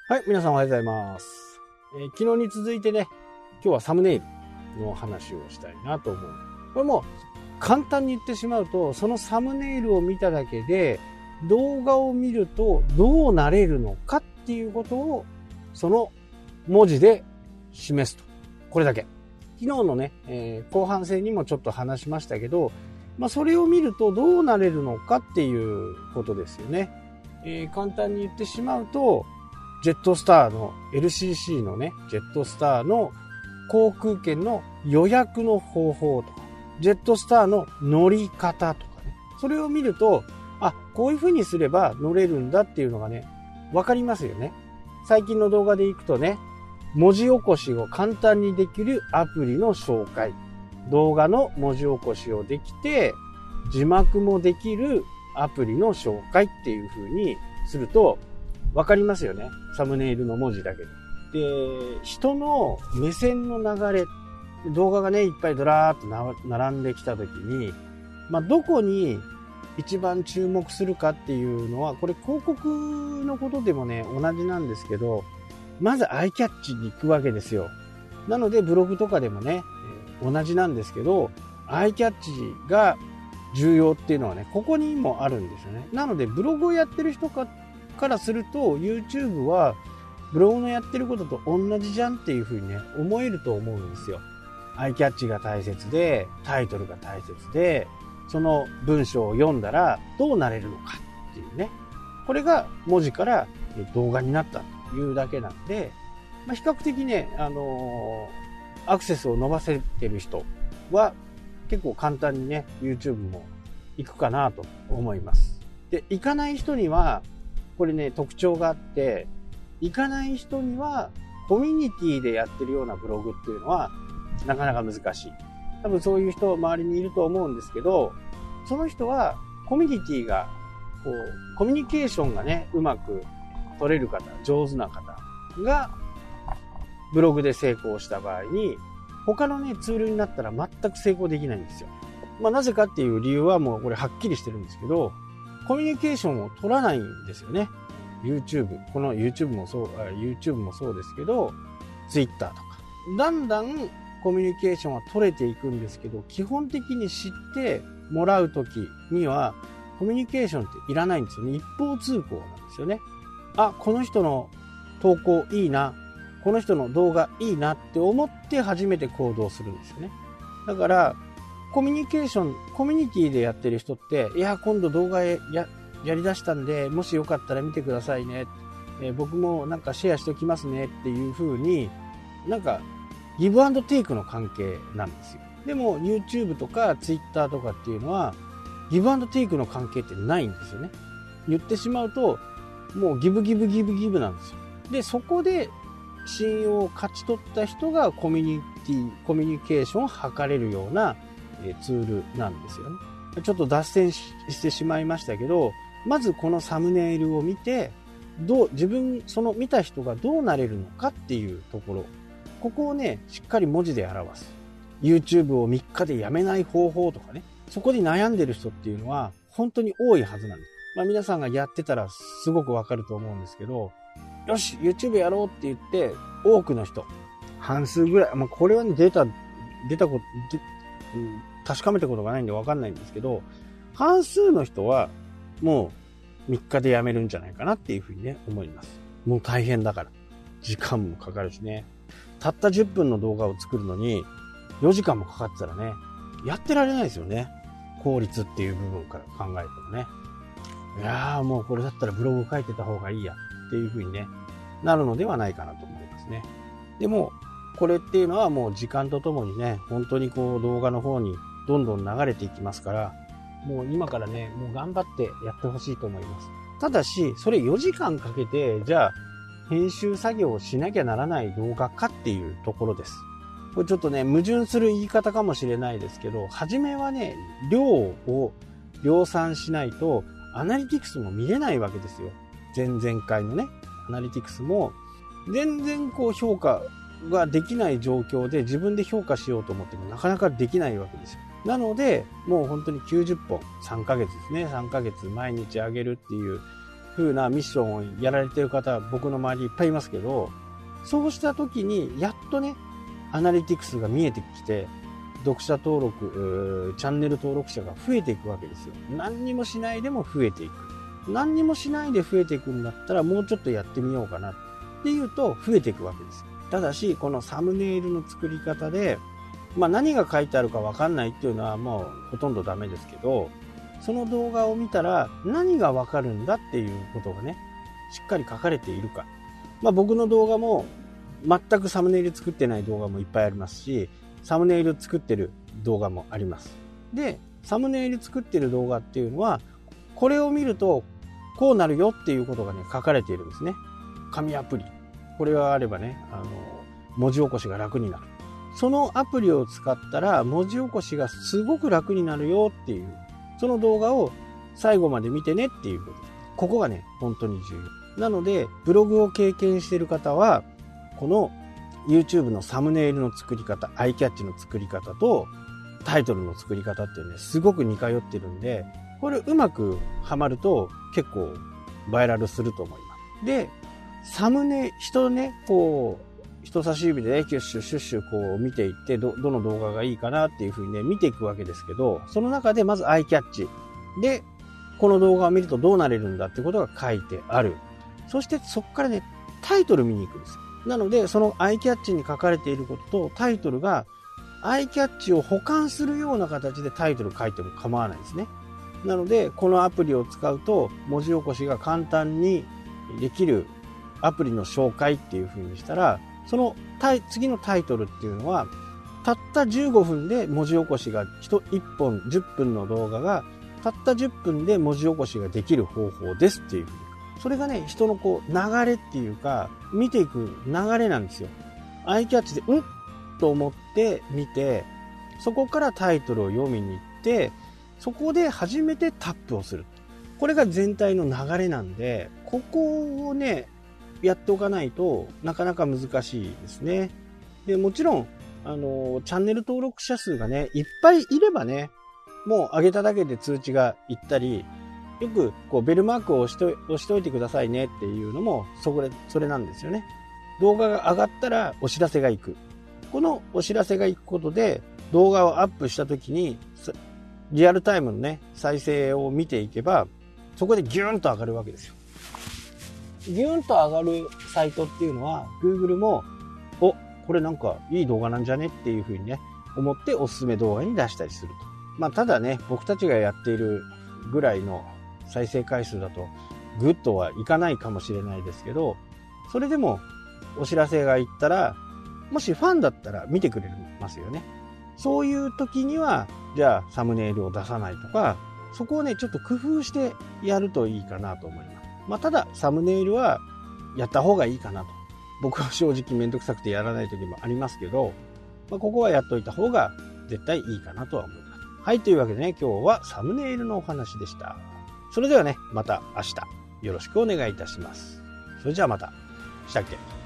はい、皆さんおはようございます。昨日に続いてね、今日はサムネイルの話をしたいなと思う。これも簡単に言ってしまうと、そのサムネイルを見ただけで動画を見るとどうなれるのかっていうことをその文字で示すと。これだけ。昨日のね、後半戦にもちょっと話しましたけど、それを見るとどうなれるのかっていうことですよね。簡単に言ってしまうと、ジェットスターの LCC のね、ジェットスターの航空券の予約の方法とか、ジェットスターの乗り方とかね、それを見ると、こういう風にすれば乗れるんだっていうのがね、わかりますよね。最近の動画でいくとね、文字起こしを簡単にできるアプリの紹介、動画の文字起こしをできて、字幕もできるアプリの紹介っていう風にすると、わかりますよね。サムネイルの文字だけで。で、人の目線の流れ、動画がね、いっぱいドラーっと並んできたときに、どこに一番注目するかっていうのは、これ広告のことでもね、同じなんですけど、まずアイキャッチに行くわけですよ。なので、ブログとかでもね、同じなんですけど、アイキャッチが重要っていうのはね、ここにもあるんですよね。なので、ブログをやってる人からすると YouTube はブログのやってることと同じじゃんっていう風にね思えると思うんですよ。アイキャッチが大切で、タイトルが大切で、その文章を読んだらどうなれるのかっていうね、これが文字から動画になったというだけなんで、比較的ねアクセスを伸ばせてる人は結構簡単にね YouTube も行くかなと思います。で、行かない人にはこれね、特徴があって、行かない人には、コミュニティでやってるようなブログっていうのは、なかなか難しい。多分そういう人、周りにいると思うんですけど、その人は、コミュニティが、コミュニケーションがね、うまく取れる方、上手な方が、ブログで成功した場合に、他のね、ツールになったら全く成功できないんですよ。なぜかっていう理由はもうこれはっきりしてるんですけど、コミュニケーションを取らないんですよね。YouTube。この YouTube もそうですけど、Twitter とか。だんだんコミュニケーションは取れていくんですけど、基本的に知ってもらうときには、コミュニケーションっていらないんですよね。一方通行なんですよね。この人の投稿いいな。この人の動画いいなって思って初めて行動するんですよね。だから、コミュニケーション、コミュニティでやってる人って、今度動画やり出したんで、もしよかったら見てくださいね。僕もなんかシェアしておきますねっていう風に、なんか、ギブアンドテイクの関係なんですよ。でも、YouTube とか Twitter とかっていうのは、ギブアンドテイクの関係ってないんですよね。言ってしまうと、もうギブなんですよ。で、そこで信用を勝ち取った人がコミュニケーションを図れるようなツールなんですよね。ちょっと脱線してしまいましたけど、まずこのサムネイルを見て、その見た人がどうなれるのかっていうところ、ここをね、しっかり文字で表す。YouTube を3日でやめない方法とかね、そこで悩んでる人っていうのは本当に多いはずなんです。皆さんがやってたらすごくわかると思うんですけど、よし、YouTube やろうって言って、多くの人、半数ぐらい、これはね、確かめたことがないんで分かんないんですけど、半数の人はもう3日でやめるんじゃないかなっていうふうにね、思います。もう大変だから。時間もかかるしね。たった10分の動画を作るのに4時間もかかってたらね、やってられないですよね。効率っていう部分から考えてもね。もうこれだったらブログ書いてた方がいいやっていうふうにね、なるのではないかなと思いますね。でも、これっていうのはもう時間とともにね、本当に動画の方にどんどん流れていきますから、もう今からね、もう頑張ってやってほしいと思います。ただし、それ4時間かけて、じゃあ、編集作業をしなきゃならない動画かっていうところです。これちょっとね、矛盾する言い方かもしれないですけど、初めはね、量を量産しないと、アナリティクスも見れないわけですよ。前々回のね、アナリティクスも、全然評価ができない状況で自分で評価しようと思ってもなかなかできないわけですよ。なので、もう本当に90本、3ヶ月ですね。3ヶ月毎日上げるっていう風なミッションをやられてる方、僕の周りいっぱいいますけど、そうした時にやっとね、アナリティクスが見えてきて、読者登録、チャンネル登録者が増えていくわけですよ。何にもしないでも増えていく。何にもしないで増えていくんだったら、もうちょっとやってみようかなっていうと増えていくわけですよ。ただし、このサムネイルの作り方で、何が書いてあるか分かんないっていうのはもうほとんどダメですけど、その動画を見たら何が分かるんだっていうことがね、しっかり書かれているか。僕の動画も全くサムネイル作ってない動画もいっぱいありますし、サムネイル作ってる動画もあります。で、サムネイル作ってる動画っていうのは、これを見るとこうなるよっていうことがね、書かれているんですね。紙アプリ。これがあればね、文字起こしが楽になる。そのアプリを使ったら文字起こしがすごく楽になるよっていう、その動画を最後まで見てねっていうこと。ここがね、本当に重要。なので、ブログを経験している方は、この YouTube のサムネイルの作り方、アイキャッチの作り方とタイトルの作り方っていうね、すごく似通ってるんで、これうまくはまると結構バイラルすると思います。で、サムネ、人差し指でね、シュッシュシュッシュこう見ていって、どの動画がいいかなっていう風にね、見ていくわけですけど、その中でまずアイキャッチ。で、この動画を見るとどうなれるんだってことが書いてある。そしてそこからね、タイトル見に行くんですよ。なので、そのアイキャッチに書かれていることとタイトルが、アイキャッチを補完するような形でタイトル書いても構わないですね。なので、このアプリを使うと、文字起こしが簡単にできるアプリの紹介っていう風にしたら、その次のタイトルっていうのは、たった15分で文字起こしが1本10分の動画がたった10分で文字起こしができる方法ですっていう風に。それがね、人のこう流れっていうか、見ていく流れなんですよ。アイキャッチで、と思って見て、そこからタイトルを読みに行って、そこで初めてタップをする。これが全体の流れなんで、ここをね、やっておかないとなかなか難しいですね。で、もちろん、チャンネル登録者数がね、いっぱいいればね、もう上げただけで通知がいったり、よくこうベルマークを押しといてくださいねっていうのもそれなんですよね。動画が上がったらお知らせがいく。このお知らせがいくことで動画をアップした時にリアルタイムのね、再生を見ていけば、そこでギューンと上がるわけですよ。ギューンと上がるサイトっていうのは Google もこれなんかいい動画なんじゃねっていう風にね思っておすすめ動画に出したりすると。ただね、僕たちがやっているぐらいの再生回数だとグッとはいかないかもしれないですけど、それでもお知らせがいったら、もしファンだったら見てくれますよね。そういう時にはじゃあサムネイルを出さないとか、そこをねちょっと工夫してやるといいかなと思います。ただサムネイルはやった方がいいかなと。僕は正直めんどくさくてやらない時もありますけど、ここはやっといた方が絶対いいかなとは思います。はい、というわけでね、今日はサムネイルのお話でした。それではね、また明日よろしくお願いいたします。それじゃあまた。したっけ。